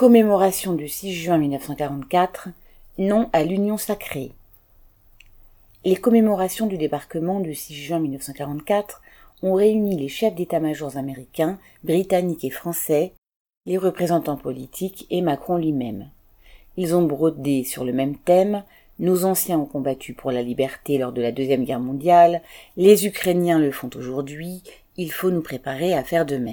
Commémoration du 6 juin 1944, non à l'Union sacrée. Les commémorations du débarquement du 6 juin 1944 ont réuni les chefs d'état-major américains, britanniques et français, les représentants politiques et Macron lui-même. Ils ont brodé sur le même thème « Nos anciens ont combattu pour la liberté lors de la Deuxième Guerre mondiale, les Ukrainiens le font aujourd'hui, il faut nous préparer à faire de même ».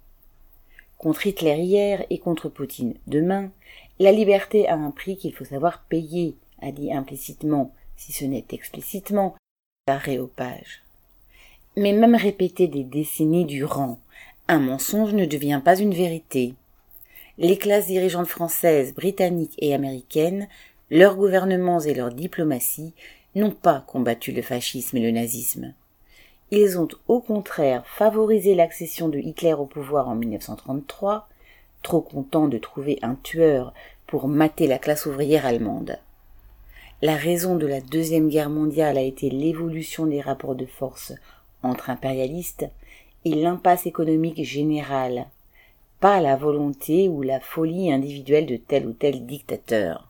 Contre Hitler hier et contre Poutine demain, la liberté a un prix qu'il faut savoir payer, a dit implicitement, si ce n'est explicitement, l'Aréopage. Mais même répété des décennies durant, un mensonge ne devient pas une vérité. Les classes dirigeantes françaises, britanniques et américaines, leurs gouvernements et leur diplomatie n'ont pas combattu le fascisme et le nazisme. Ils ont au contraire favorisé l'accession de Hitler au pouvoir en 1933, trop contents de trouver un tueur pour mater la classe ouvrière allemande. La raison de la Deuxième Guerre mondiale a été l'évolution des rapports de force entre impérialistes et l'impasse économique générale, pas la volonté ou la folie individuelle de tel ou tel dictateur.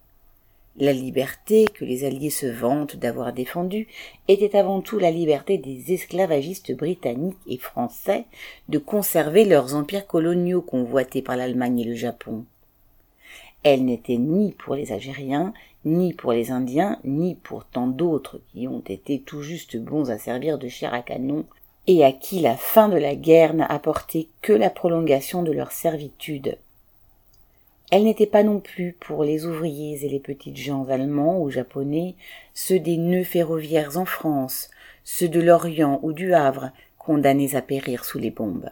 La liberté que les Alliés se vantent d'avoir défendue était avant tout la liberté des esclavagistes britanniques et français de conserver leurs empires coloniaux convoités par l'Allemagne et le Japon. Elle n'était ni pour les Algériens, ni pour les Indiens, ni pour tant d'autres qui ont été tout juste bons à servir de chair à canon et à qui la fin de la guerre n'a apporté que la prolongation de leur servitude. Elle n'était pas non plus pour les ouvriers et les petites gens allemands ou japonais, ceux des nœuds ferroviaires en France, ceux de l'Orient ou du Havre, condamnés à périr sous les bombes.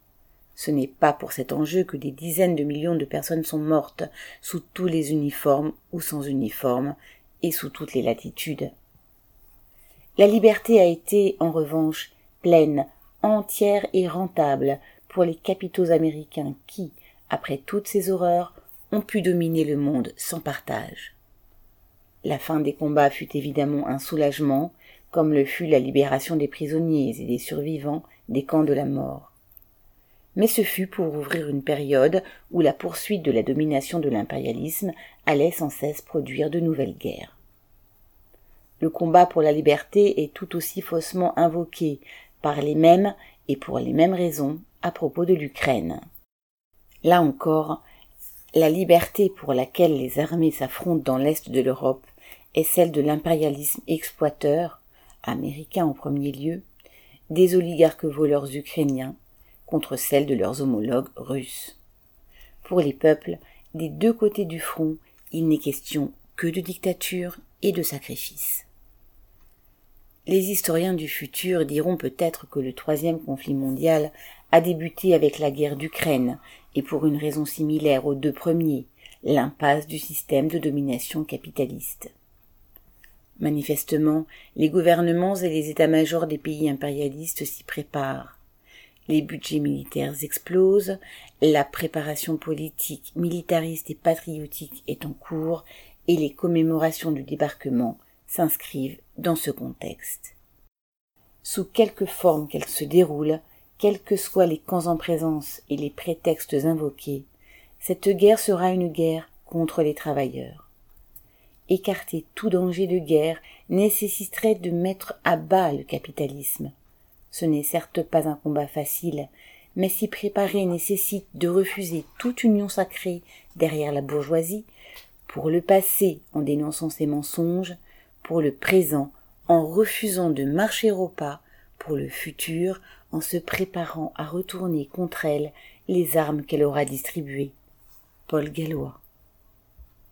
Ce n'est pas pour cet enjeu que des dizaines de millions de personnes sont mortes, sous tous les uniformes ou sans uniforme, et sous toutes les latitudes. La liberté a été, en revanche, pleine, entière et rentable pour les capitaux américains qui, après toutes ces horreurs, ont pu dominer le monde sans partage. La fin des combats fut évidemment un soulagement, comme le fut la libération des prisonniers et des survivants des camps de la mort. Mais ce fut pour ouvrir une période où la poursuite de la domination de l'impérialisme allait sans cesse produire de nouvelles guerres. Le combat pour la liberté est tout aussi faussement invoqué par les mêmes et pour les mêmes raisons à propos de l'Ukraine. Là encore, la liberté pour laquelle les armées s'affrontent dans l'Est de l'Europe est celle de l'impérialisme exploiteur, américain en premier lieu, des oligarques voleurs ukrainiens contre celle de leurs homologues russes. Pour les peuples, des deux côtés du front, il n'est question que de dictature et de sacrifice. Les historiens du futur diront peut-être que le troisième conflit mondial a débuté avec la guerre d'Ukraine, et pour une raison similaire aux deux premiers, l'impasse du système de domination capitaliste. Manifestement, les gouvernements et les états-majors des pays impérialistes s'y préparent. Les budgets militaires explosent, la préparation politique, militariste et patriotique est en cours, et les commémorations du débarquement s'inscrivent dans ce contexte. Sous quelque forme qu'elles se déroulent, quels que soient les camps en présence et les prétextes invoqués, cette guerre sera une guerre contre les travailleurs. Écarter tout danger de guerre nécessiterait de mettre à bas le capitalisme. Ce n'est certes pas un combat facile, mais s'y préparer nécessite de refuser toute union sacrée derrière la bourgeoisie, pour le passé en dénonçant ses mensonges, pour le présent en refusant de marcher au pas, pour le futur en se préparant à retourner contre elle les armes qu'elle aura distribuées. Paul Gallois.